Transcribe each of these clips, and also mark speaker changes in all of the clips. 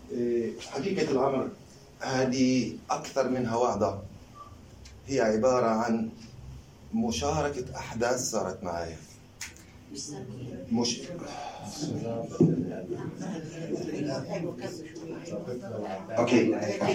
Speaker 1: حقيقة الأمر هذه أكثر منها وعظة، هي عبارة عن مشاركة أحداث صارت معايا. أوكي.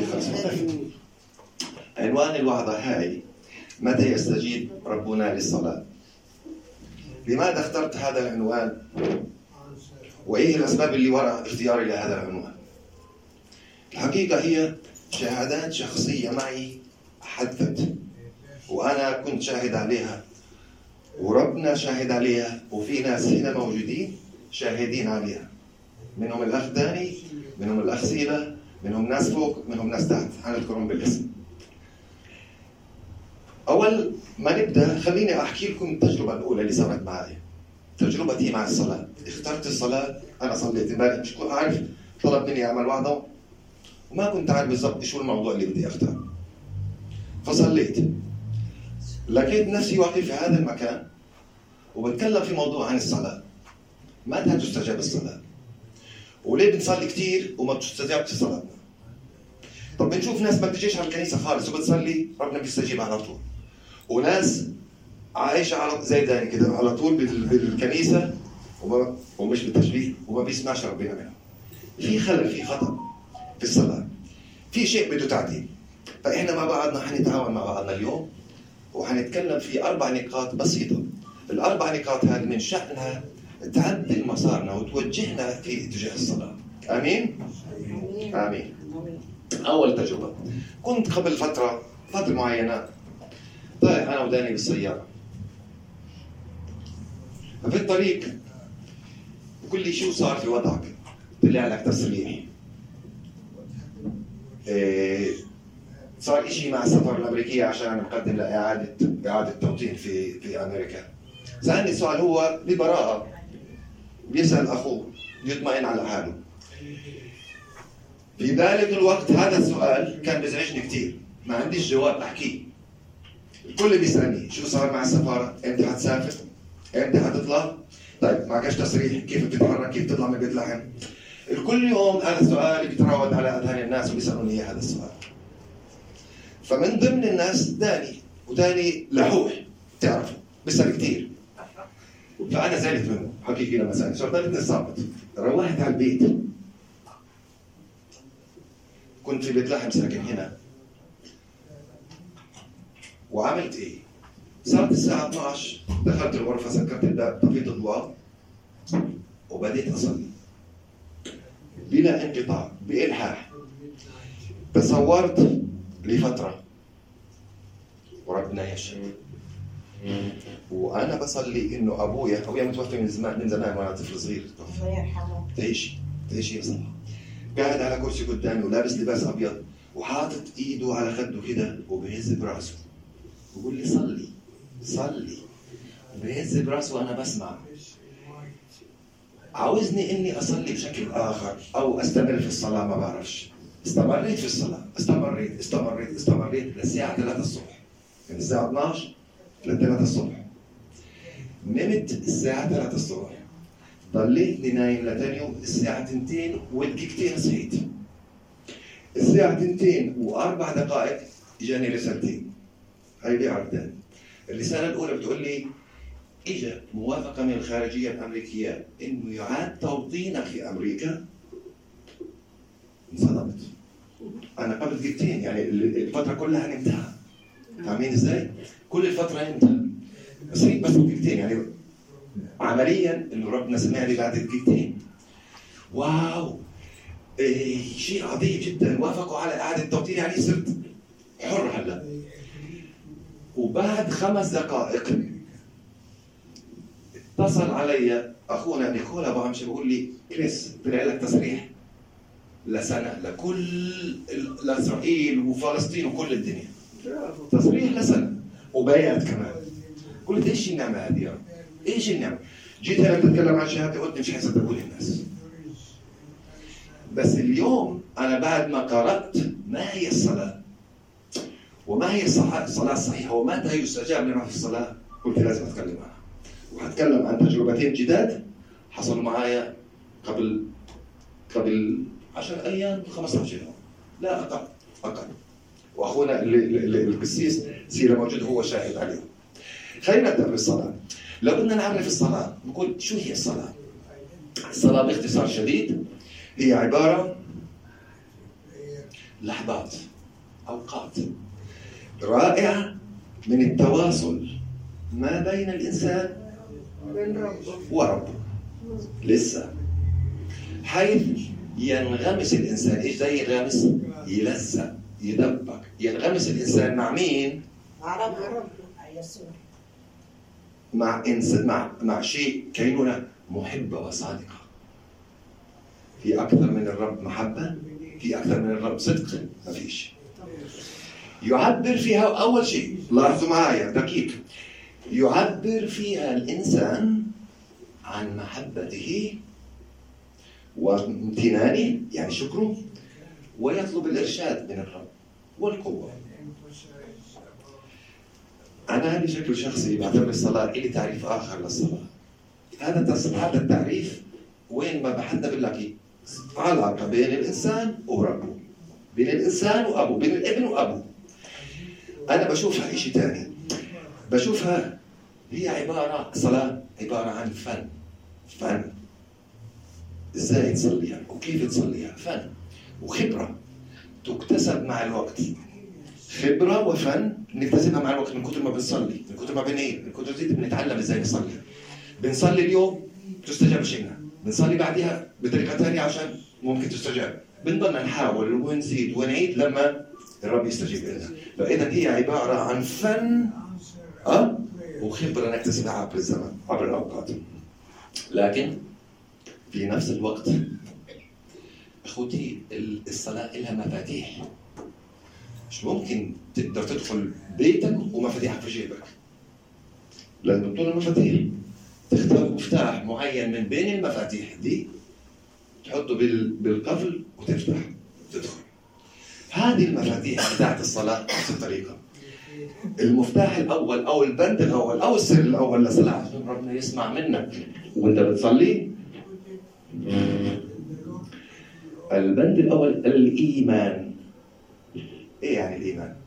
Speaker 1: عنوان الوعظة هاي: متى يستجيب ربنا للصلاة؟ لماذا اخترت هذا العنوان؟ وإيه الأسباب اللي وراء اختياري لهذا العنوان؟ الحقيقة هي شهادات شخصية معي حدثت، وأنا كنت شاهد عليها، وربنا شاهد عليها، وفي ناس هنا موجودين شاهدين عليها، منهم الأخ داني، منهم الأخ سيلا، منهم ناس فوق، منهم ناس تحت، هنذكرهم بالاسم. أول ما نبدأ خليني أحكي لكم التجربة الأولى اللي صارت معي. تجربتي مع الصلاة. اخترت الصلاة، أنا صليت امبارح، مش كنت عارف، طلب مني أعمل وعظة وما كنت عارف بالضبط شو الموضوع اللي بدي أختاره، فصليت. لقيت نفسي واقف في هذا المكان وبتكلم في موضوع عن الصلاة. متى تستجاب الصلاة؟ وليه بنصلي كتير وما بتستجابش صلاتنا؟ طب بنشوف ناس ما بتجيش على الكنيسة خالص وبتصلي ربنا بيستجيب على طول، وناس عايشة على زي داني كده على طول بالكنيسة ومش بالتشبيه وما بيسمعش ربنا منهم. في خلل، في خطأ في الصلاة، في شيء بده تعديل. فإحنا مع بعضنا حنتعاون مع بعضنا اليوم وحنتكلم في 4 نقاط بسيطة. ال4 نقاط هذه من شأنها تعدل مسارنا وتوجهنا في اتجاه الصلاة. آمين؟ آمين. أول تجربة، كنت قبل فترة معينة طالع أنا وداني بالسيارة، ففي الطريق بقول لي شو صار في وضعك؟ طلع لك تسريح، صار إشي مع السفارة الأمريكية عشان نقدم لإعادة توطين في أمريكا. سألني السؤال هو ببراءة، بيسأل أخوه يطمئن على حاله. في ذلك الوقت هذا السؤال كان بيزعجني كثير، ما عنديش جواب أحكيه. الكل بيسألني شو صار مع السفارة؟ إمتى حتسافر؟ إمتى حتطلع؟ طيب معكش تصريح؟ كيف بتتحرك؟ كيف تطلع من بيت لحم؟ الكل يوم هذا السؤال بيتراود على أذهان الناس وبيسألوني إياه هذا السؤال. فمن ضمن الناس داني، وداني لحوح تعرفه بيسأل كثير، فأنا زعلت منه حقيقي لما سألني. صرت صابت، روحت على البيت، كنت في بيت لحم ساكن هنا، وعملت إيه؟ صارت الساعة 12، دخلت الغرفة، سكرت الباب، طفيت الضوء وبديت أصلي بلا انقطاع بإلحاح. تصورت لفترة وربنا يشهد، وأنا بصلي إنه أبويا متوفى من زمان وأنا طفل صغير، تعيشي يا صلاح، قاعد على كرسي قدامي ولابس لباس أبيض وحاطط إيده على خده كده وبيهز براسه وبقول لي صلي، وبيهز براسه وأنا بسمع. عاوزني إني أصلي بشكل آخر أو أستمر في الصلاة، ما بعرفش. استمريت في الصلاة، استمريت للساعة 3 الصبح، من الساعة 12 ل 3 الصبح. نمت الساعة 3 الصبح، ضليتني نايم لتاني يوم الساعة 2 ودقيقتين صحيت. الساعة 2 و4 دقائق إجاني رسالتين، هاي بيعرف داني. الرسالة الأولى بتقول لي إجا موافقة من الخارجية الأمريكية إنه يعاد توطينك في أمريكا. انصدمت أنا قبل دقيقتين، يعني الفترة كلها نمتها، فاهمين إزاي؟ كل الفترة نمتها، صحيت بس دقيقتين، يعني عمليا إنه ربنا سمعني بعد دقيقتين. واو، شيء عظيم جدا، وافقوا على إعادة التوطين، يعني صرت حر هلا. وبعد 5 دقائق اتصل علي أخونا نيكولا أبو عمشي بيقول لي كريس طلع لك تصريح لسنة لإسرائيل وفلسطين وكل الدنيا، تصريح لسنة وبيات كمان. قلت إيش النعمة هذه يا رب؟ إيش النعمة؟ جيت هنا بتتكلم عن شهادة، قلت مش حيصدقوا لي الناس. بس اليوم أنا بعد ما قرأت ما هي الصلاة وما هي الصلاة الصحيحة ومتى يستجاب لنا في الصلاة، قلت لازم أتكلم عنها. وهتكلم عن تجربتين جداد حصلوا معايا قبل 10 أيام 15 يوم، لا أقل. وأخونا القسيس سيرة موجود هو شاهد عليه. خلينا نبدأ بالصلاة. لو بدنا نعرف الصلاة نقول شو هي الصلاة؟ الصلاة باختصار شديد هي عبارة لحظات، أوقات رائعة من التواصل ما بين الإنسان وربه. لسه حيث ينغمس الإنسان. إيش ده ينغمس؟ يلزق، يدبك. ينغمس الإنسان مع مين؟
Speaker 2: مع رب يسوع،
Speaker 1: مع إنسان، مع شيء كينونة محبة وصادقة. في أكثر من الرب محبة؟ في أكثر من الرب صدق؟ ما فيش. يعبر فيها أول شيء، لاحظوا معايا دقيق، يعبر فيها الإنسان عن محبته وامتنانه، يعني شكره، ويطلب الإرشاد من الرب والقوة. أنا بشكل شخصي بعتبر الصلاة إلي تعريف آخر للصلاة. هذا التعريف وين ما بحدد بقول لك علاقة بين الإنسان وربه، بين الإنسان وأبوه، بين الابن وأبوه. أنا بشوفها إشي تاني، بشوفها هي عبارة، صلاة عبارة عن فن. إزاي تصليها وكيف تصليها، فن وخبرة تكتسب مع الوقت. خبرة وفن نكتسبها مع الوقت، من كتر ما بنصلي، من كتر ما بنعيد، من كتر ما بنتعلم إزاي نصلي. بنصلي اليوم تستجاب شيئنا، بنصلي بعدها بطريقة ثانية عشان ممكن تستجاب. بنضلنا نحاول ونزيد ونعيد لما الرب يستجيب لنا. فإذا هي عبارة عن فن وخبرة نكتسبها عبر الزمن، عبر الأوقات. لكن في نفس الوقت أخوتي الصلاة لها مفاتيح. مش ممكن تقدر تدخل بيتك ومفاتيحك في جيبك، لازم تكون المفاتيح، تختار مفتاح معين من بين المفاتيح دي، تحطه بالقفل وتفتح تدخل. هذه المفاتيح بتاعت الصلاة نفس الطريقة. المفتاح الأول أو البند الأول أو السر الأول لصلاة ربنا يسمع منك وانت بتصلي. البند الأول الإيمان. إيه يعني الإيمان؟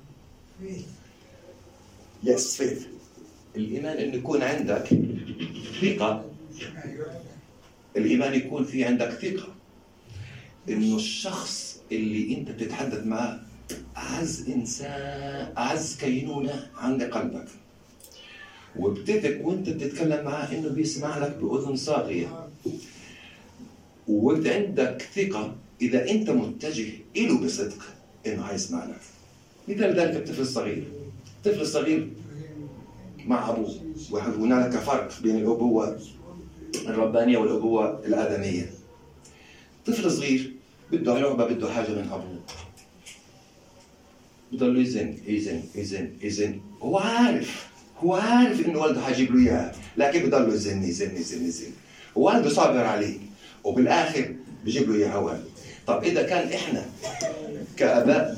Speaker 1: Yes, faith. الإيمان إنه يكون عندك ثقة. الإيمان يكون في عندك ثقة إنه الشخص اللي أنت بتتحدث معه أعز إنسان، أعز كينونة عند قلبك، وبتثق وأنت بتتكلم معه إنه بيسمع لك بأذن صاغية، وأنت عندك ثقة إذا أنت متجه إله بصدق إنه هيسمع لك. مثل ذلك الطفل الصغير. الطفل الصغير مع أبوه، وهنالك فرق بين الأبوة الربانية والأبوة الآدمية. طفل صغير بده لعبة، بده حاجة من أبوه، بضل يزن. هو عارف إنه والده حيجيب له إياها، لكن بضل يزن. ووالده صابر عليه، وبالآخر بيجيب له إياها والده. طب إذا كان إحنا كآباء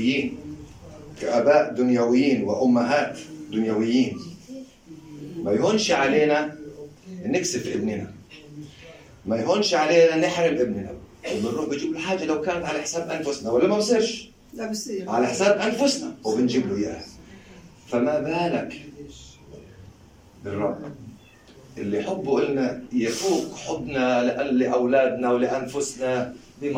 Speaker 1: دنيويين وأمهات دنيويين، ما يهونش علينا نكسف ابننا، ما يهونش علينا نحرم ابننا، وبنروح بنجيب له حاجة لو كانت على حساب أنفسنا، ولا ما بصيرش؟
Speaker 2: لا بصير
Speaker 1: على حساب أنفسنا وبنجيب له إياها. فما بالك بالرب اللي حبه إلنا يفوق حبنا لأولادنا ولأنفسنا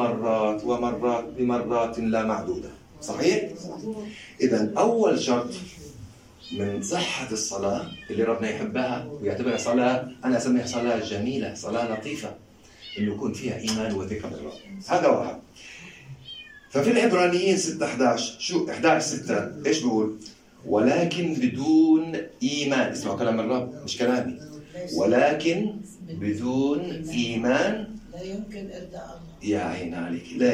Speaker 1: بمرات لا معدودة. صحيح؟ إذن أول شرط من صحة الصلاة اللي ربنا يحبها ويعتبرها صلاة، أنا أسميها صلاة جميلة، صلاة لطيفة، إنه يكون فيها إيمان وثقة بالرب. هذا واحد. ففي العبرانيين 6:11 شو 11:6 إيش بقول؟ ولكن بدون إيمان، اسمعوا كلام الرب مش كلامي، ولكن بدون إيمان
Speaker 2: لا يمكن إرضاء الله.
Speaker 1: يا عين عليك، لا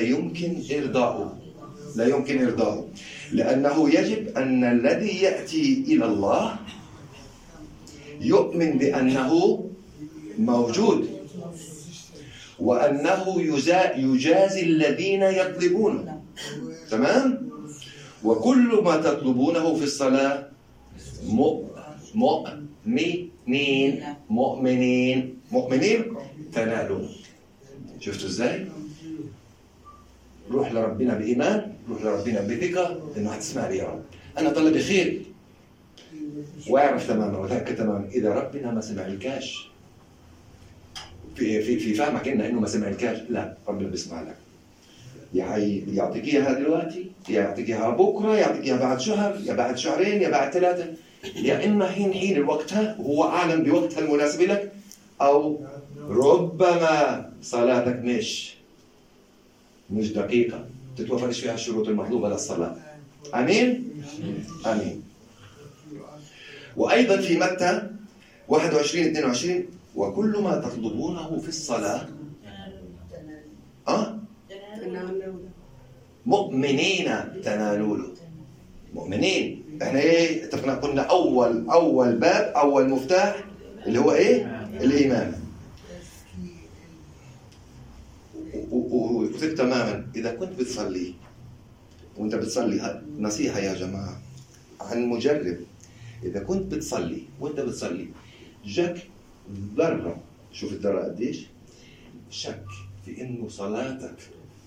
Speaker 1: يمكن إرضاؤه، لأنه يجب أن الذي يأتي إلى الله يؤمن بأنه موجود، وأنه يجازي الذين يطلبونه. تمام؟ وكل ما تطلبونه في الصلاة مؤمنين تنالون. شفتوا ازاي؟ لربنا بإيمان، روح لربنا بثقة إنه هتسمع لي يا رب. أنا طلبي خير، واعرف تماما وتأكد تماما إذا ربنا ما سمع الكاش في فهمك إنه ما سمع الكاش، لا، ربنا بيسمع لك. يعطيك إياها دلوقتي، يعطيك إياها بكرة، يعطيك إياها بعد شهر، يا بعد شهرين، يا بعد 3، يا إما حين الوقتها وهو أعلم بوقتها المناسب لك، أو ربما صلاتك مش دقيقة تتوفرش فيها الشروط المطلوبة للصلاة. آمين؟ آمين. وأيضا في متى 21-22 وكل ما تطلبونه في الصلاة مؤمنين تنالونه. مؤمنين، احنا ايه اتفقنا؟ قلنا اول باب، اول مفتاح اللي هو ايه؟ الايمان. وقلت تماما اذا كنت بتصلي وانت بتصلي، نصيحه يا جماعه عن مجرب، اذا كنت بتصلي وانت بتصلي جاك ذره، شوف الذره قديش، شك في انه صلاتك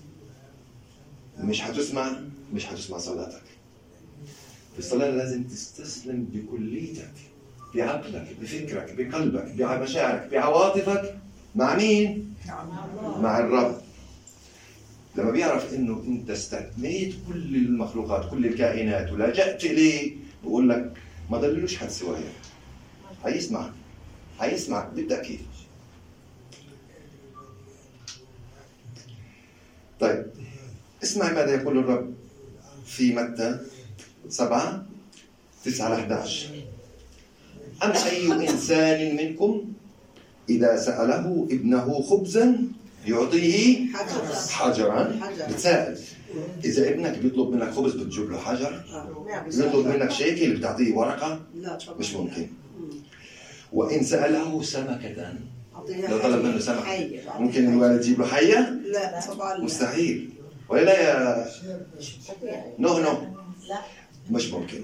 Speaker 1: مش هتسمع صلاتك. في الصلاة لازم تستسلم بكليتك، بعقلك، بفكرك، بقلبك، بمشاعرك، بعواطفك. مع مين؟ مع الرب. لما بيعرف انه انت استثنيت كل المخلوقات، كل الكائنات، ولجأت اليه، بقول لك ما ضللوش حد سوايا، هيسمعك بالتأكيد. طيب اسمع ماذا يقول الرب في متى 7:9-11. أم أي إنسان منكم إذا سأله ابنه خبزا يعطيه حجرا؟ بتسأل إذا ابنك بيطلب منك خبز بتجيب له حجر؟ بيطلب منك شيكل بتعطيه ورقة؟ مش ممكن. وإن سأله سمكة، لو طلب منه سمكة ممكن الوالد يجيب له حية؟
Speaker 2: لا طبعا
Speaker 1: مستحيل. ولا لا يا نو مش ممكن.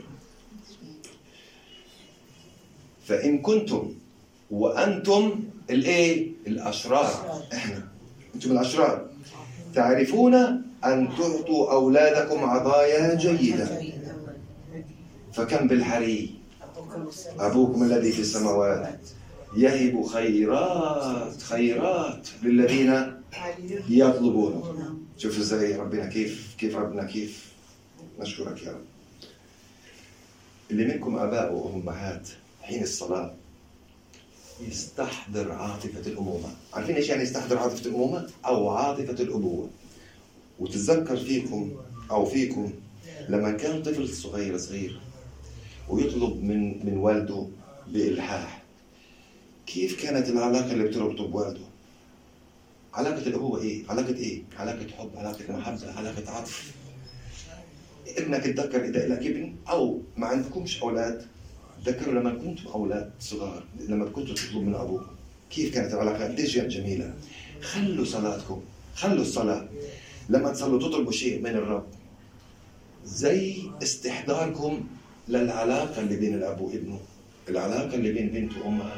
Speaker 1: فإن كنتم وأنتم الأشرار، إحنا أنتم الأشرار، تعرفون أن تعطوا أولادكم عطايا جيدة، فكم بالحري أبوكم الذي في السماوات يهب خيرات للذين يطلبونه. شوفوا ازاي ربنا كيف ربنا كيف. نشكرك يا رب. اللي منكم آباء وأمهات حين الصلاة يستحضر عاطفة الأمومة. عارفين إيش يعني يستحضر عاطفة الأمومة أو عاطفة الأبوة؟ وتتذكر فيكم لما كان طفل صغير ويطلب من والده بإلحاح، كيف كانت العلاقة اللي بتربطه بوالده؟ علاقة الأبوة إيه؟ علاقة حب، علاقة محبة، علاقة عطف. ابنك اتذكر إذا لك ابن أو ما عندكمش أولاد، تذكروا لما كنتم أولاد صغار، لما كنتوا تطلبوا من أبوكم كيف كانت العلاقة؟ قديش كانت جميلة. خلوا صلاتكم، خلوا الصلاة لما تصلوا تطلبوا شيء من الرب زي استحضاركم للعلاقة اللي بين الأب وابنه، العلاقة اللي بين بنت وأمها.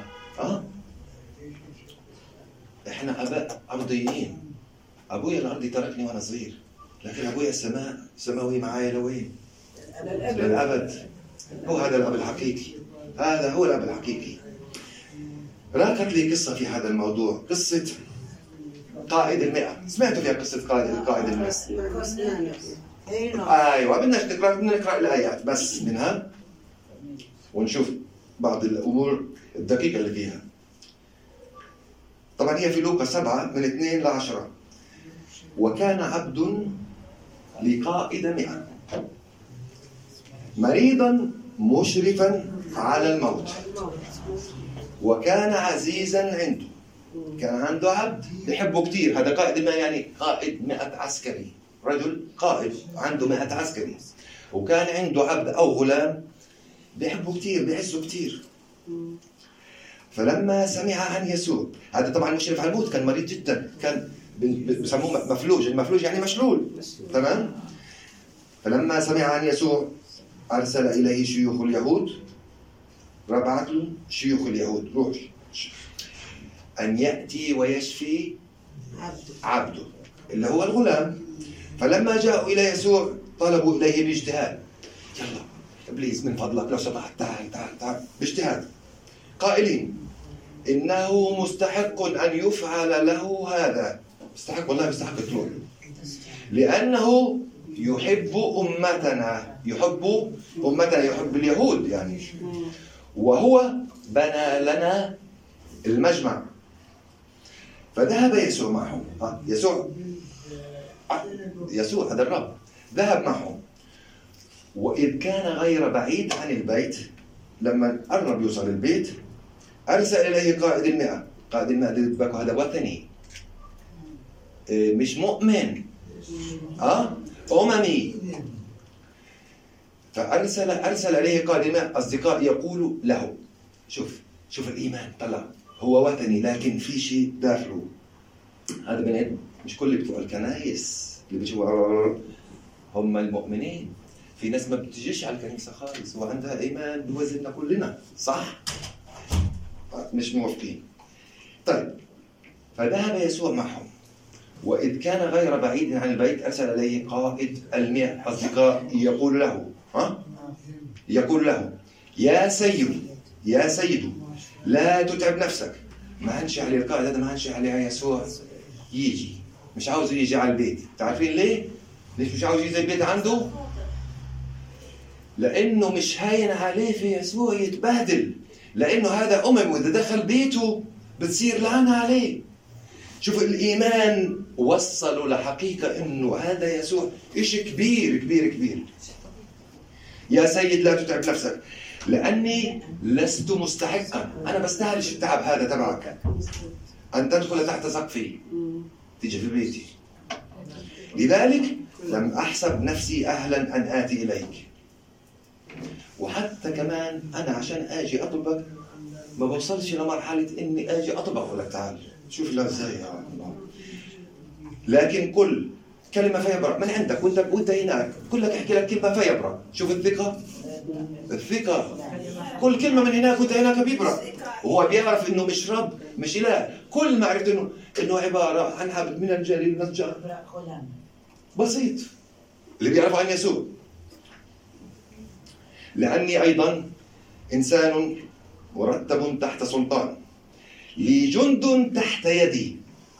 Speaker 1: إحنا آباء أرضيين. أبويا الأرضي تركني وأنا صغير، لكن أبويا السماوي معايا لوين؟ للأبد. هو هذا الأب الحقيقي، هذا هو الأب الحقيقي. راكت لي قصة في هذا الموضوع، قصة قائد 100. سمعتوا فيها قصة قائد 100؟ أيوة، بدنا نقرأ الآيات بس منها ونشوف بعض الأمور الدقيقة اللي فيها. طبعا هي في لوقا 7:2-10. وكان عبد لقائد 100 مريضا مشرفا على الموت، وكان عزيزا عنده. كان عنده عبد بيحبه كتير. هذا قائد 100 يعني قائد 100 عسكري، رجل قائد عنده 100 عسكري، وكان عنده عبد أو غلام بيحبه كتير، بيعزه كتير. فلما سمع عن يسوع، هذا طبعا مشرف على الموت، كان مريض جدا، كان بسموه مفلوج. المفلوج يعني مشلول، تمام. فلما سمع عن يسوع أرسل إليه شيوخ اليهود، ربعت له شيوخ اليهود، روح أن يأتي ويشفي عبده اللي هو الغلام. فلما جاءوا إلى يسوع طلبوا إليه باجتهاد، يلا إبليس من فضلك لو سمحت تعال باجتهاد، قائلين إنه مستحق أن يفعل له هذا. مستحق، والله مستحق تروح، لأنه يحب أمتنا، يحب اليهود يعني، وهو بنى لنا المجمع. فذهب يسوع معهم. يسوع هذا الرب ذهب معهم، وإذ كان غير بعيد عن البيت، لما قرب يوصل البيت أرسل إليه قائد المئة. قائد المئة هذا وثني، مش مؤمن، أممي. فأرسل إليه قائد المئة أصدقاء يقول له، شوف الإيمان، طلع هو وثني لكن في شيء داخله. هذا بنات مش كل بتوع الكنائس اللي بيجوا هم المؤمنين. في ناس ما بتجيش على الكنيسة خالص وعندها إيمان بوزننا كلنا، صح؟ مش موافقين. طيب، فذهب يسوع معهم، وإذ كان غير بعيد عن البيت أرسل إليه قائد المئة أصدقاء يقول له يا سيد لا تتعب نفسك. ما هنشي عليه القائد هذا، ما هنشي عليه يسوع يجي، مش عاوز يجي على البيت. تعرفين ليه مش عاوز يجي البيت عنده؟ لأنه مش هاين عليه في يسوع يتبهدل، لأنه هذا وإذا دخل بيته بتصير لعنة عليه. شوف الإيمان وصلوا لحقيقة إنه هذا يسوع إشي كبير كبير كبير. يا سيد لا تتعب نفسك لأني لست مستحقا، أنا بستاهلش التعب هذا تبعك، أن تدخل تحت سقفي، تيجي في بيتي. لذلك لم أحسب نفسي أهلا أن آتي إليك. وحتى كمان أنا عشان آجي أطلبك ما بوصلش لمرحلة إني آجي أطلبك ولا تعال. شوف لا إزاي يا الله. لكن كل كلمة فيبرأ من عندك وانت هناك، كلك احكي لك كلمة فيبرأ. شوف الثقة، كل كلمة من هناك وانت هناك بيبرأ. وهو بيعرف إنه مش رب، مش إله. كل ما عرفت إنه عبارة عن عبد من الجليل نسجر بسيط اللي بيعرفه عن يسوع. لأني أيضا إنسان مرتب تحت سلطان، لي جند تحت يدي،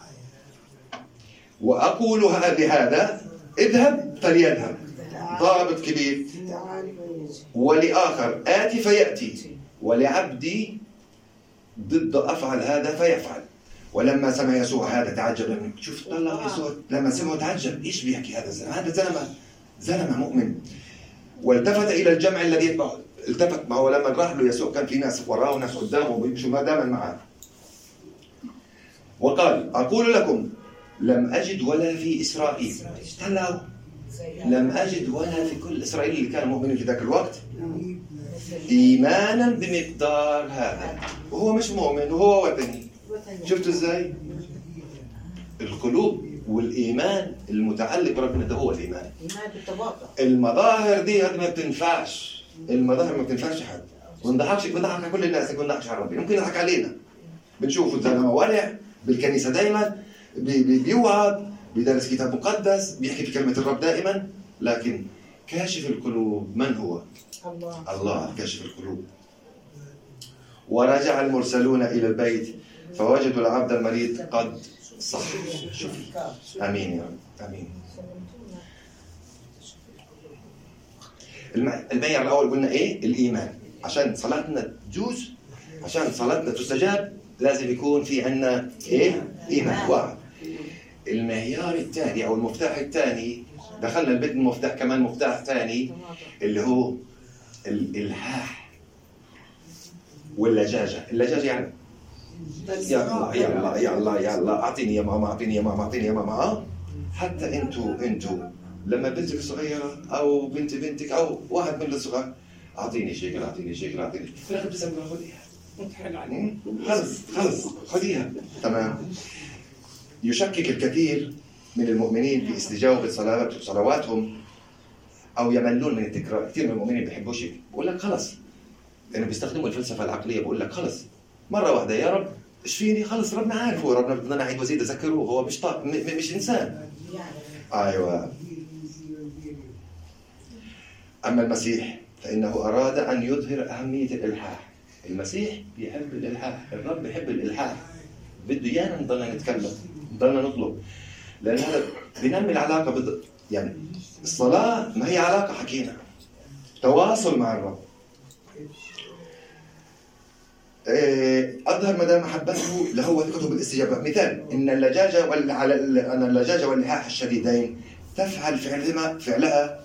Speaker 1: وأقول بهذا اذهب فليذهب، ضابط كبير، ولآخر آتي فيأتي، ولعبدي ضد أفعل هذا فيفعل. ولما سمع يسوع هذا تعجب منه. شوف الله يسوع لما سمعه تعجب، إيش بيحكي هذا الزلمة؟ هذا زلمة مؤمن. والتفت إلى الجمع الذي يتبعه. التفت معه لما راح له يسوع كان في ناس وراه وناس قدامه وبيمشوا ما داما معه. وقال أقول لكم لم أجد ولا في إسرائيل، طلعوا لم أجد ولا في كل إسرائيل اللي كانوا مؤمنين في ذاك الوقت إيمانا بمقدار هذا. وهو مش مؤمن وهو وثني. شفتوا إزاي؟ القلوب والإيمان المتعلق بربنا ده هو الإيمان. المظاهر دي هذه ما بتنفعش، المظاهر ما بتنفعش حد. ونضحكش، بنضحك على كل الناس، ما بنضحكش على ربنا. ممكن يضحك علينا، بنشوفه زلمة ورع بالكنيسة دائما، بيوعظ، بيدرس كتاب مقدس، بيحكي في كلمة الرب دائما، لكن كاشف القلوب من هو؟ الله كاشف القلوب. ورجع المرسلون إلى البيت فوجدوا العبد المريض قد صح. شوف، امين يا رب، امين. المعيار الاول قلنا ايه؟ الايمان. عشان صلاتنا تجوز، عشان صلاتنا تستجاب، لازم يكون في عندنا ايه؟ ايمان. واحد. المعيار الثاني او المفتاح الثاني، دخلنا البيت المفتاح كمان مفتاح ثاني اللي هو الالحاح واللجاجه. اللجاجه يعني يا الله يا الله يا الله اعطيني يا ماما، اعطيني يا ماما، اعطيني يا ماما. حتى انتوا لما بنتك صغيره او بنتك او واحد من الصغار اعطيني شيكل، اعطيني شيكل، اعطيني، في الاخر بتسمع خذيها، خلص خذيها. تمام. يشكك الكثير من المؤمنين في استجابه صلواتهم او يملون من التكرار. كثير من المؤمنين بيحبوش بقول لك خلص، لانه بيستخدموا الفلسفه العقليه. بقول لك خلص مرة واحدة يا رب اشفيني، خلص ربنا عارف، هو ربنا بدنا نعيد وزيد اذكره، هو مش إنسان. أيوة. أما المسيح فإنه أراد أن يظهر أهمية الإلحاح. المسيح بيحب الإلحاح، الرب بيحب الإلحاح، بده إيانا نضلنا نتكلم، نضلنا نطلب، لأن هذا بينمي العلاقة. يعني الصلاة ما هي علاقة، حكينا تواصل مع الرب. أظهر مدى محبته له وثقته بالاستجابة. مثال أن اللجاجة واللحاح الشديدين تفعل فعلها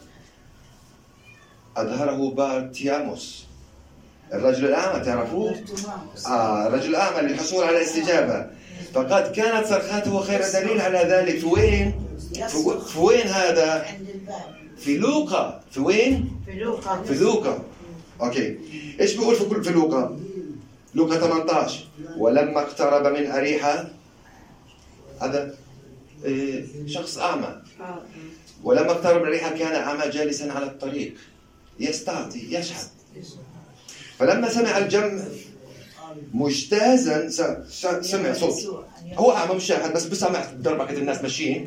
Speaker 1: أظهره بارتياموس الرجل الأعمى، تعرفوه؟ الرجل الأعمى للحصول على استجابة، فقد كانت صرخاته خير دليل على ذلك. في وين؟ في وين هذا؟ في لوقا. في وين؟ في لوقا. أوكي، إيش بيقول في لوقا؟ لوقا 18: ولما اقترب من أريحة، هذا شخص أعمى، ولما اقترب من أريحة كان أعمى جالسا على الطريق يستعطي يشحت، فلما سمع الجمع مجتازا سمع صوت. هو أعمى مش شاهد، بس بسمع دربكة الناس ماشيين،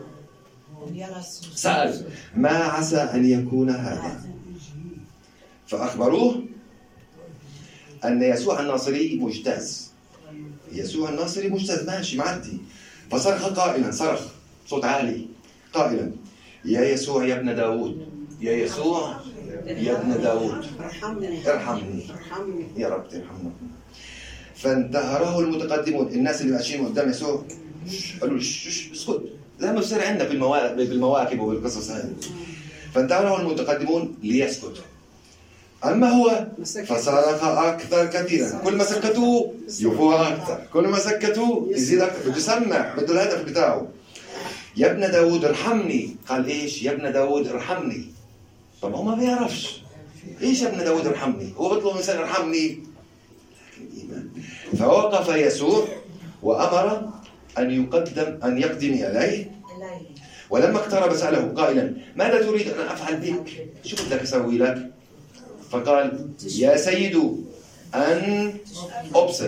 Speaker 1: سأل ما عسى أن يكون هذا، فأخبروه أن يسوع الناصري مجتاز. يسوع الناصري مجتاز ماشي معدي، فصرخ قائلا، صرخ صوت عالي قائلا: يا يسوع يا ابن داود، يا يسوع يا ابن داود ارحمني يا رب ترحمنا. فانتهره المتقدمون، الناس اللي ماشيين قدام يسوع قالوا اسكت، زي ما بصير عندنا بالمواكب وبالقصص هذه. فانتهره المتقدمون ليسكت، أما هو فصرخ أكثر كثيرا. كل ما سكتوا يفوها أكثر، كل ما سكتوا يزيد أكثر، بده يسمع، بده الهدف بتاعه. يا ابن داود ارحمني. قال إيش؟ يا ابن داود ارحمني. طب هو ما بيعرفش إيش يا ابن داود ارحمني، هو بيطلب إنسان ارحمني، لكن إيمان. فوقف يسوع وأمر أن يقدم إليه، ولما اقترب سأله قائلا: ماذا تريد أن أفعل بك؟ شو بدك أسوي لك؟ فقال: يا سيد أن أبصر.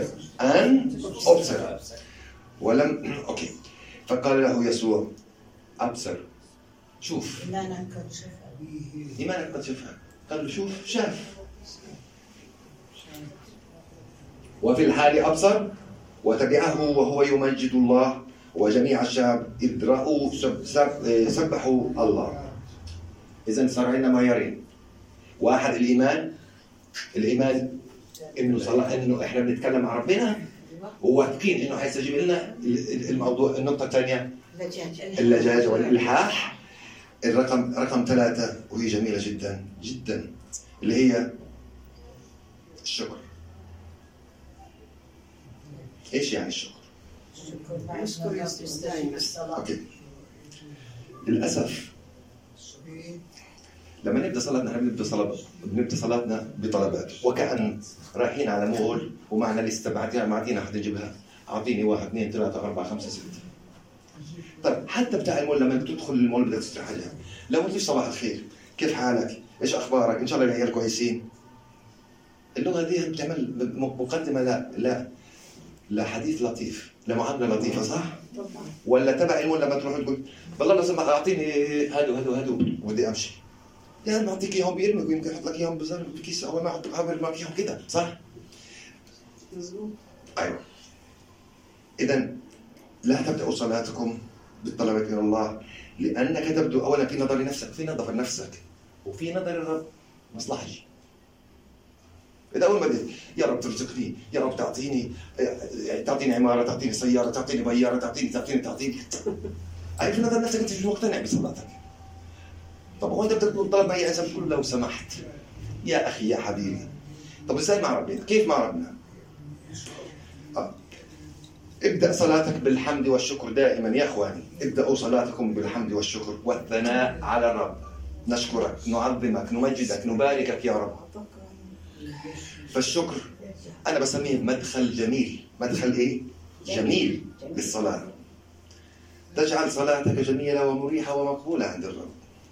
Speaker 1: أوكي. فقال له يسوع: أبصر، شوف. إيمانك قد شفها. قال له شوف، شاف. وفي الحال أبصر وتبعه وهو يمجد الله، وجميع الشعب إذ رأوا سبحوا الله. إذن صار عندنا معيارين. واحد الإيمان إنه إحنا بنتكلم مع ربنا وواثقين إنه حيستجيب لنا. الموضوع النقطة الثانية اللجاجة والإلحاح. رقم 3 وهي جميلة جدا جدا، اللي هي الشكر. إيش يعني الشكر؟ أوكي. للأسف لما نبدأ صلاتنا احنا بنبدأ صلاتنا بطلبات، وكأن رايحين على مول ومعنا لسته معطينا حد يجيبها، أعطيني 1 2 3 4 5 6. طيب حتى بتاع المول لما بتدخل المول بدك تشتري حاجة، لو قلت صباح الخير، كيف حالك؟ إيش أخبارك؟ إن شاء الله العيال كويسين. اللغة دي بتعمل مقدمة لا حديث لطيف، لمعاملة لطيفة، صح؟ ولا تبع المول لما تروح تقول والله لو سمحت أعطيني هادو ودي أمشي. يعني معطيك اياهم بيرمك، ويمكن يحط لك اياهم بزر بكيس، اول ما يحط بحاول معك اياهم كده، صح؟ ايوه. اذا لا تبدأوا صلاتكم بالطلبات من الله، لانك تبدو اولا في نظر نفسك، في نظر نفسك، وفي نظر الرب مصلحتي. اذا اول ما بديت يا رب ترزقني، يا رب تعطيني عماره، تعطيني سياره، تعطيني بياره، تعطيني اي في نظر نفسك انت مش مقتنع بصلاتك. طب هو انت بتطلب طلب اي انسان بتقول لو سمحت يا اخي يا حبيبي. طب ازاي مع ربنا؟ كيف مع ربنا؟ ابدأ صلاتك بالحمد والشكر دائما يا اخواني. ابدأوا صلاتكم بالحمد والشكر والثناء على الرب. نشكرك، نعظمك، نمجدك، نباركك يا رب. فالشكر انا بسميه مدخل جميل. مدخل ايه؟ جميل للصلاة. تجعل صلاتك جميلة ومريحة ومقبولة عند الرب.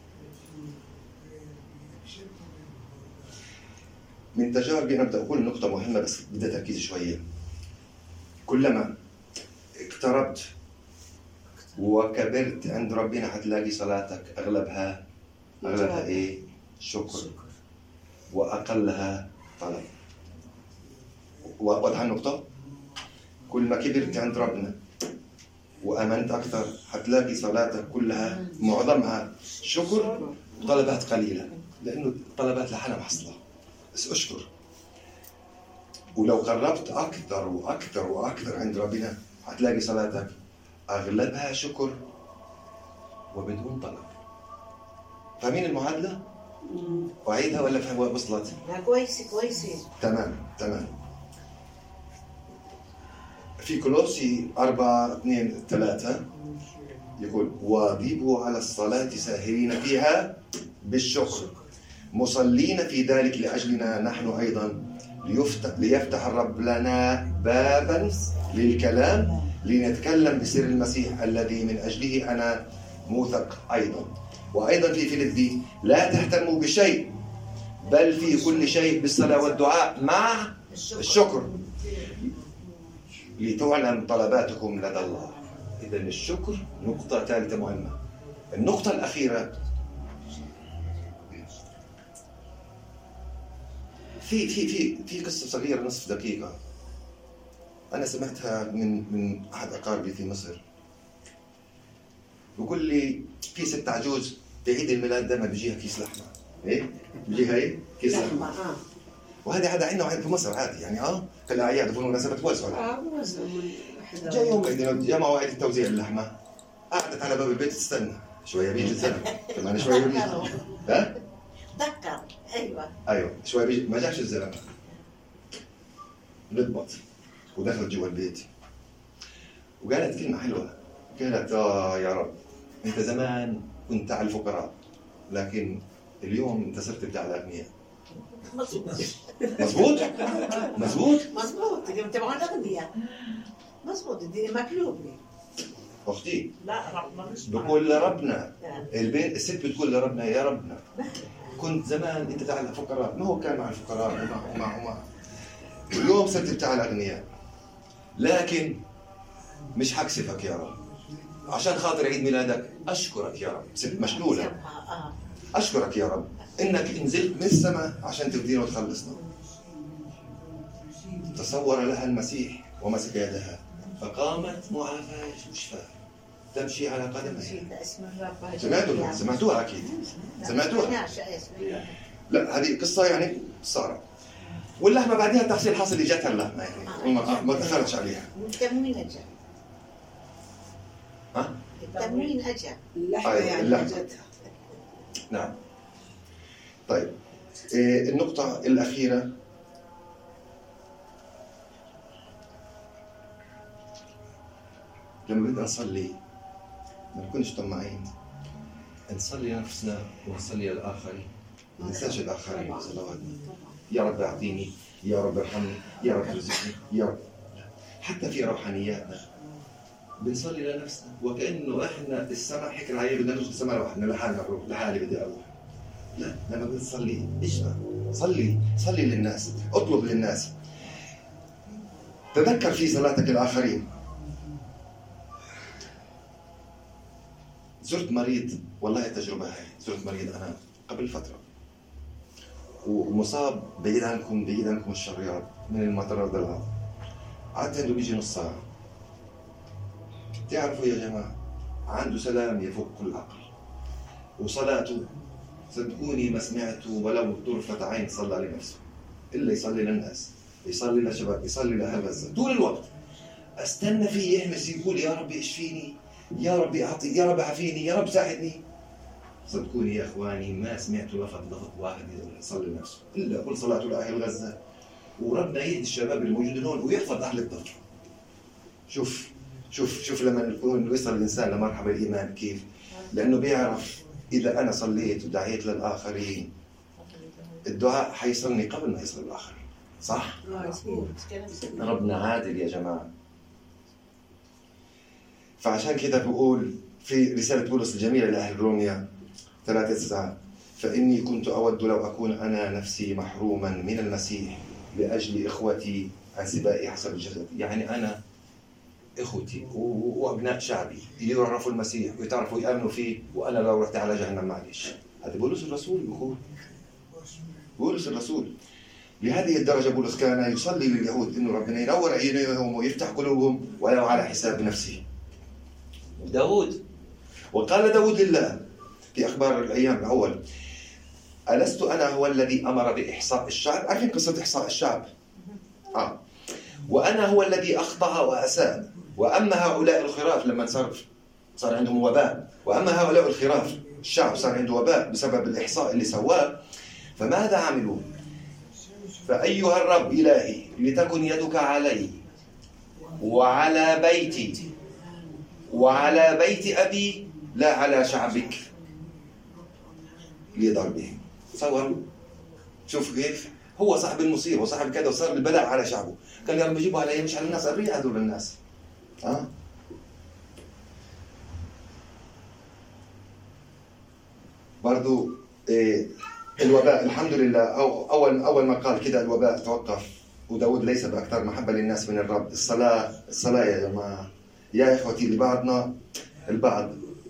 Speaker 1: من تجاربي أنا بدي أقول نقطة مهمة بس بدي تركيز شوية. كلما اقتربت وكبرت عند ربنا حتلاقي صلاتك أغلبها إيه؟ شكر. وأقلها طلب. واضحة النقطة؟ كل ما كبرت عند ربنا وآمنت أكثر حتلاقي صلاتك كلها معظمها شكر وطلبات قليلة، لأنه طلبات لحالها محصلة، بس أشكر. ولو قربت أكثر وأكثر وأكثر عند ربنا حتلاقي صلاتك أغلبها شكر وبدون طلب. فاهمين المعادلة؟ أعيدها ولا فهمها وصلت؟
Speaker 2: لا كويسة.
Speaker 1: تمام. في كولوسي 4:2-3 يقول: واظبوا على الصلاة ساهرين فيها بالشكر مصلين في ذلك لأجلنا نحن أيضا ليفتح الرب لنا بابا للكلام لنتكلم بسر المسيح الذي من أجله أنا موثق أيضا. وأيضا في فيليبي: لا تهتموا بشيء بل في كل شيء بالصلاة والدعاء مع الشكر لتعلم طلباتكم لدى الله. إذا الشكر نقطة ثالثة مهمة. النقطة الأخيرة في قصة صغيرة نصف دقيقة أنا سمعتها من أحد أقاربي في مصر. يقول لي في ست عجوز بعيد الميلاد دائما بيجيها كيس لحمة. إيه؟ بيجيها إيه؟ كيس لحمة. وهذا عندنا في مصر عادي يعني في الأعياد وفي المناسبات توزعوا. جاء يوم جمعوا عيد توزيع اللحمة، قعدت على باب البيت تستنى شوية بيجي الزلمة، كمان شوية بيجي. ها؟
Speaker 2: تذكر.
Speaker 1: أيوة شوية بيجي، ما جاش الزلمة. نضبط ودخلت جوا البيت وقالت كلمة حلوة، قالت: يا رب أنت زمان كنت على الفقراء لكن اليوم انت صرت بتاع الأغنياء. مظبوط.
Speaker 2: اليوم تبعون الأغنياء. مظبوط. دي مقلوبة.
Speaker 1: أختي
Speaker 2: لا ربنا مش
Speaker 1: بقول لربنا، الست بتقول لربنا: يا ربنا كنت زمان انت بتاع الفقراء، ما هو كان مع الفقراء ومع اليوم صرت بتاع الأغنياء، لكن مش حكسفك يا رب عشان خاطر عيد ميلادك. أشكرك يا رب. ست مشلولة. أشكرك يا رب إنك نزلت من السماء عشان تفدينا وتخلصنا. تصور لها المسيح ومسك يدها فقامت معافاة وشفاء تمشي على قدمها. سمعتوها أكيد. سمعتوها. لا هذه قصة يعني صارت. واللحمة بعدها تحصيل حاصل إجتها اللحمة يعني ما دخلتش عليها.
Speaker 2: التموين أجا. التموين أجا. اللحمة يعني أجتها.
Speaker 1: نعم. طيب النقطة الأخيرة لما بدنا نصلي ما نكونش طماعين، نصلي لنفسنا ونصلي للآخرين، ما ننساش الآخرين صلواتنا. يا رب أعطيني، يا رب ارحمني، يا رب ارزقني، يا رب. حتى في روحانياتنا بنصلي لنفسنا وكأنه إحنا السماء حكر عليه بدنا ندخل السماء لوحدنا لحالنا، لحالي بدي أروح. لا، لما بنصلي اجمع، صلي للناس، اطلب للناس. تذكر في صلاتك الآخرين. زرت مريض، والله التجربة هاي، زرت مريض أنا قبل فترة ومصاب بعيد عنكم الشر يا رب من المطر والضلال. قعدت عنده بيجي نص ساعة. تعرفوا يا جماعة عنده سلام يفوق كل عقل، وصلاته صدقوني ما سمعته ولو طرفة عين صلى لنفسه إلا يصلي للناس، يصلي لشباب، يصلي لأهل غزة طول الوقت. استنى فيه يحمس يقول: يا رب اشفيني، يا رب اعطي، يا رب عافيني، يا رب ساعدني. صدقوني يا اخواني ما سمعت لفظ واحد يصلي لنفسه الا كل صلاته لاهل غزه. وربنا يهدي الشباب الموجودين هون ويحفظ اهل الضفه. شوف لما يكون يوصل الانسان لمرحله الايمان كيف، لانه بيعرف اذا انا صليت ودعيت للاخرين الدعاء حيصلني قبل ما يصل الاخرين. صح؟ ربنا عادل يا جماعه. فعشان كده بقول في رسالة بولس الجميلة لأهل روميا 3:9: فإني كنت أود لو أكون أنا نفسي محروما من المسيح لأجل إخوتي عن سبائي حسب الجسد. يعني أنا إخوتي وأبناء شعبي يعرفوا المسيح ويتعرفوا يآمنوا فيه، وأنا لو رحت على جهنم معلش. هذا بولس الرسول بيقول، بولس الرسول لهذه الدرجة بولس كان يصلي لليهود إنه ربنا ينور عيونهم ويفتح قلوبهم ولو على حساب نفسه. داود، وقال داود لله في أخبار الأيام الأول: ألست أنا هو الذي أمر بإحصاء الشعب؟ عارفين قصة إحصاء الشعب؟ وأنا هو الذي أخطأ وأساء، وأما هؤلاء الخراف لما صار عندهم وباء، وأما هؤلاء الخراف الشعب صار عنده وباء بسبب الإحصاء اللي سواه، فماذا عملوا؟ فأيها الرب إلهي لتكن يدك علي وعلى بيتي وعلى بيت أبي لا على شعبك لضربهم. تصوروا، شوف كيف هو صاحب المصيبة وصاحب كذا وصار البلاء على شعبه، قال يا رب جيبوا علي مش على الناس، أبريء هذول الناس. برضو الوباء الحمد لله أول ما قال كده الوباء توقف، وداود ليس بأكثر محبة للناس من الرب. الصلاة يا جماعة يا إخوتي لبعضنا البعض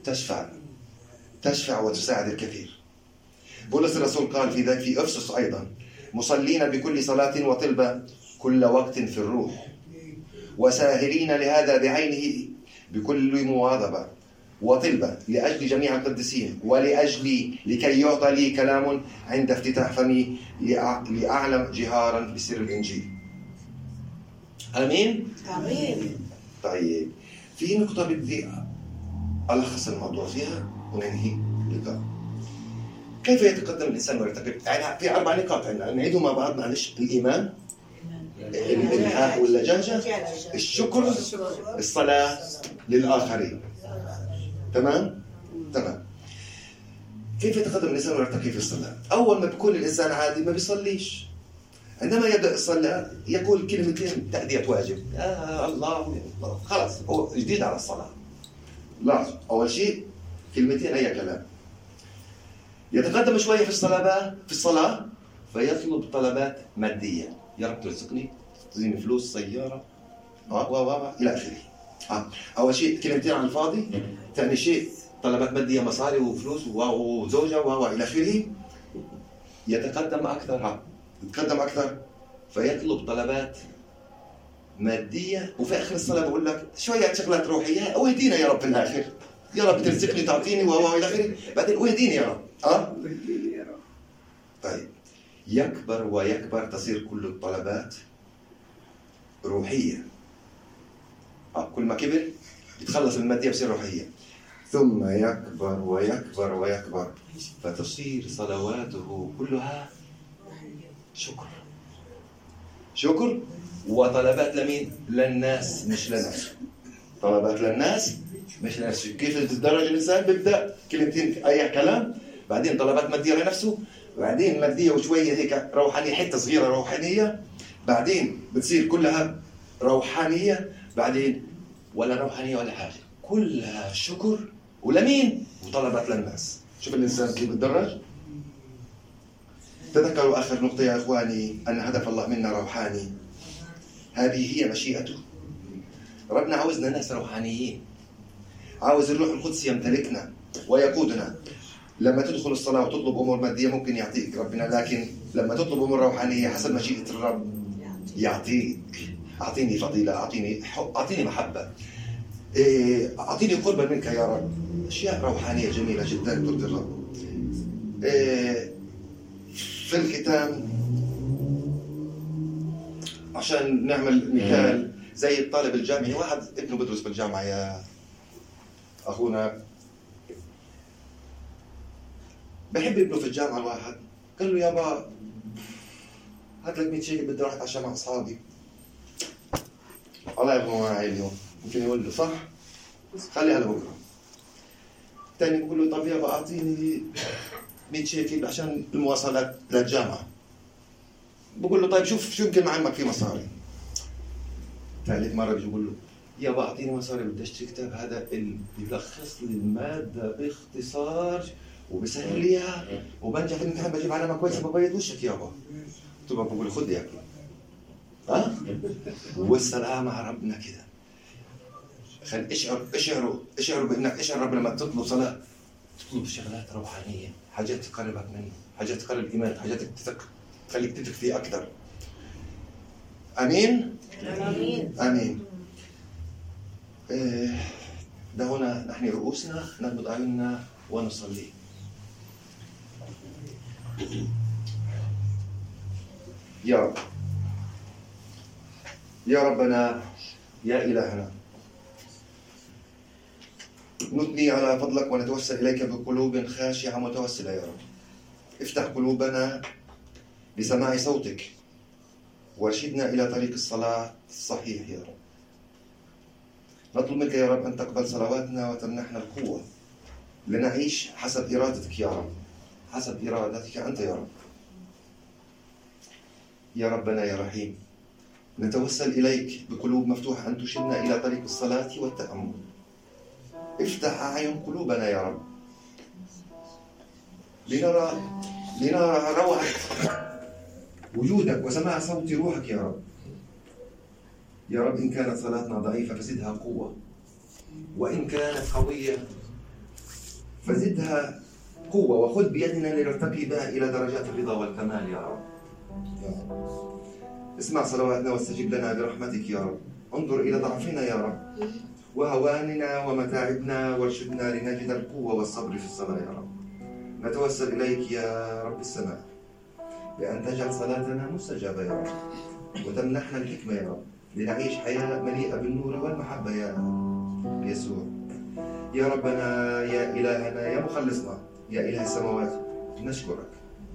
Speaker 1: تشفع وتساعد الكثير. بولس الرسول قال في ذلك في أفسس أيضا: مصلين بكل صلاة وطلبة كل وقت في الروح، وساهرين لهذا بعينه بكل مواظبة وطلبة لأجل جميع القديسين ولأجلي، لكي يعطى لي كلام عند افتتاح فمي لأعلم جهارا بسر الإنجيل. آمين؟
Speaker 2: آمين.
Speaker 1: طيب، في نقطة بدي ألخص الموضوع فيها وننهي اللقاء. كيف يتقدم الإنسان ويرتقي؟ يعني في 4 نقاط عندنا نعيدهم مع بعض معلش: الإيمان، الإلحاح واللجاجة، الشكر، الصلاة للآخرين. تمام؟ كيف يتقدم الإنسان ويرتقي في الصلاة؟ أول ما بيكون الإنسان عادي ما بيصليش، عندما يبدأ الصلاة يقول كلمتين تأدية واجب، الله خلاص هو جديد على الصلاة. لا، أول شيء كلمتين أي كلام. يتقدم شوية في الصلاة فيطلب طلبات مادية: يا رب ترزقني، تزيني فلوس، سيارة، إلى آخره. أول شيء كلمتين عن الفاضي، ثاني شيء طلبات مادية، مصاري وفلوس وزوجة إلى آخره. يتقدم أكثر فيطلب طلبات مادية، وفي آخر الصلاة بقول لك شوية شغلات روحية: أوهدينا يا رب في الآخر، يا رب ترزقني تعطيني إلى آخره، بعدين أوهديني يا رب. طيب، يكبر ويكبر تصير كل الطلبات روحية. كل ما كبر يتخلص من المادية بصير روحية، ثم يكبر ويكبر ويكبر فتصير صلواته كلها شكر وطلبات لمين؟ للناس مش لنفسه. طلبات للناس مش لنفسه. كيف تتدرج الإنسان؟ بيبدأ كلمتين أي كلام، بعدين طلبات مادية لنفسه، بعدين مادية وشوية هيك روحانية، حتة صغيرة روحانية، بعدين بتصير كلها روحانية، بعدين ولا روحانية ولا حاجة، كلها شكر ولمين؟ وطلبات للناس. شوف الإنسان كيف بتدرج. تذكروا آخر نقطة يا إخواني أن هدف الله منا روحاني، هذه هي مشيئته. ربنا عاوزنا ناس روحانيين، عاوز الروح القدس يمتلكنا ويقودنا. لما تدخل الصلاة وتطلب أمور مادية ممكن يعطيك ربنا، لكن لما تطلب أمور روحانية حسب مشيئة الرب يعطيك. أعطيني فضيلة، أعطيني محبة، أعطيني قربا منك يا رب. أشياء روحانية جميلة جدا ترضي الرب. في الختام عشان نعمل مثال زي الطالب الجامعي، واحد ابنه بدرس بالجامعة يا أخونا، بحب ابنه في الجامعة. الواحد قال له: يابا هات لك 100 شيكل بدي أروح أتعشى مع أصحابي. الله يرحمه معي اليوم، ممكن يقول له صح خليها لبكرة. الثاني بقول له: طب يابا أعطيني 100 شيكل عشان المواصلات للجامعة. بقول له: طيب شوف شو يمكن مع عمك في مصاري. ثالث مرة بيجي بقول له: يابا أعطيني مصاري بدي أشتري كتاب هذا اللي بيلخص لي المادة باختصار وبسهل ليها وبنجح في الامتحان بجيب علامة كويسة ببيض وشك يابا. طب بقول: خد يا أكل. والصلاة مع ربنا كده. اشعروا بانك اشعر لما تطلب صلاه تطلب شغلات روحانيه، حاجات تقربك منه، حاجات تقرب الايمان، حاجات تخليك تثق فيه اكثر. امين
Speaker 2: آمين.
Speaker 1: امين. دعونا نحن رؤوسنا، نغمض اعيننا ونصلي. يا رب، يا ربنا، يا إلهنا، نثني على فضلك ونتوسل إليك بقلوب خاشعة متوسلة يا رب. افتح قلوبنا لسماع صوتك وارشدنا إلى طريق الصلاة الصحيح يا رب. نطلب منك يا رب أن تقبل صلواتنا وتمنحنا القوة لنعيش حسب إرادتك يا رب، حسب إرادتك أنت يا رب. يا ربنا يا رحيم، نتوسل إليك بقلوب مفتوحة أن تشدنا إلى طريق الصلاة والتأمل. افتح أعين قلوبنا يا رب لنرى روعة وجودك وسماع صوت روحك يا رب. يا رب إن كانت صلاتنا ضعيفة فزدها قوة، وإن كانت قوية فزدها قوة، وخذ بيدنا لنرتقي بها إلى درجات الرضا والكمال يا رب. اسمع صلواتنا واستجب لنا برحمتك يا رب. انظر إلى ضعفنا يا رب وهواننا ومتاعبنا وارشدنا لنجد القوة والصبر في الصلاة يا رب. نتوسل إليك يا رب السماء بأن تجعل صلاتنا مستجابة يا رب، وتمنحنا الحكمة يا رب لنعيش حياة مليئة بالنور والمحبة يا يسوع. يا ربنا، يا إلهنا، يا مخلصنا، يا إله السماوات، نشكرك،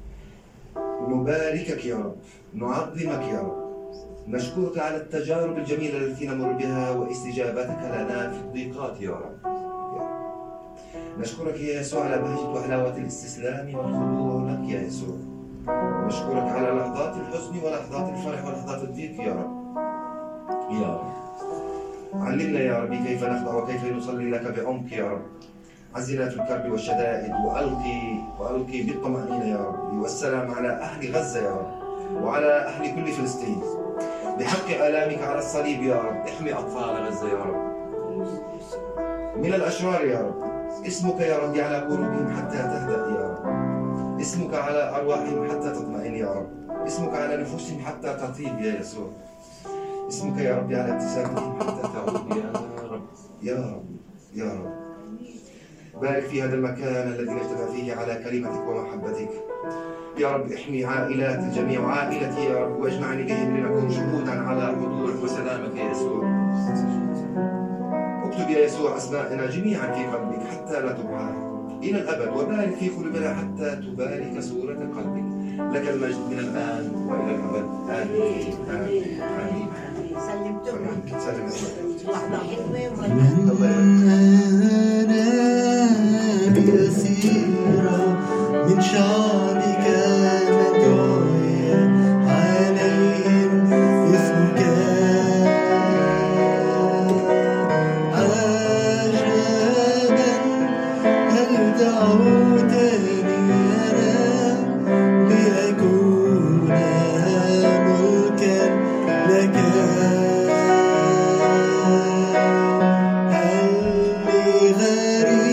Speaker 1: نباركك يا رب، نعظمك يا رب. نشكرك على التجارب الجميلة التي نمر بها واستجابتك لنا في الضيقات يا رب. نشكرك يا يسوع على بهجة وحلاوة الاستسلام والخضوع لك يا يسوع. نشكرك على لحظات الحزن ولحظات الفرح ولحظات الضيق يا رب. يا رب علمنا يا رب كيف نخضع وكيف نصلي لك بعمق يا رب. عزنا في الكرب والشدائد، وألقي بالطمأنينة يا رب والسلام على أهل غزة يا رب وعلى أهل كل فلسطين. بحق آلامك على الصليب يا رب احمي أطفال غزة يا رب من الأشرار يا رب. اسمك يا رب على قلوبهم حتى تهدأ يا رب. اسمك على أرواحهم حتى تطمئن يا رب. اسمك على نفوسهم حتى تطيب يا يسوع. اسمك يا رب على ابتسامتهم حتى تعود يا رب. يا رب يا رب بارك في هذا المكان الذي نجتمع فيه على كلمتك ومحبتك يا رب. احمي عائلات الجميع وعائلتي يا رب، واجمعني بهم لنكون شهودا على حضورك وسلامك يا يسوع. اكتب يا يسوع اسماءنا جميعا في قلبك حتى لا تبعد الى الابد، وبارك في قلوبنا حتى تبارك صورة قلبك. لك المجد من الان والى الابد. امين امين امين.
Speaker 2: سلمتم
Speaker 1: سلم
Speaker 2: لحظة حلوة
Speaker 3: بأسيرة من شعبك مدعوية عليهم اسمك. عجبا هل دعوتني أنا لأكون ملكا لك. هل لغيري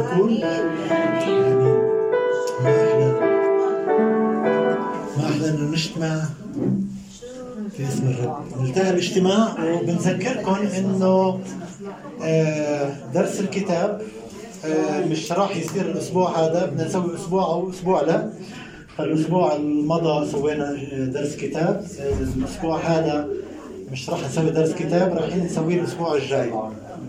Speaker 3: يكون. آمين. ما أحلى إنه نجتمع في اسم الرب. انتهى الاجتماع وبنذكركم إنه درس الكتاب مش راح يصير الأسبوع هذا، بدنا نسوي أسبوع أو أسبوع لا. فالأسبوع المضى سوينا درس كتاب، الأسبوع هذا مش راح نسوي درس كتاب، راح نسويه الأسبوع الجاي.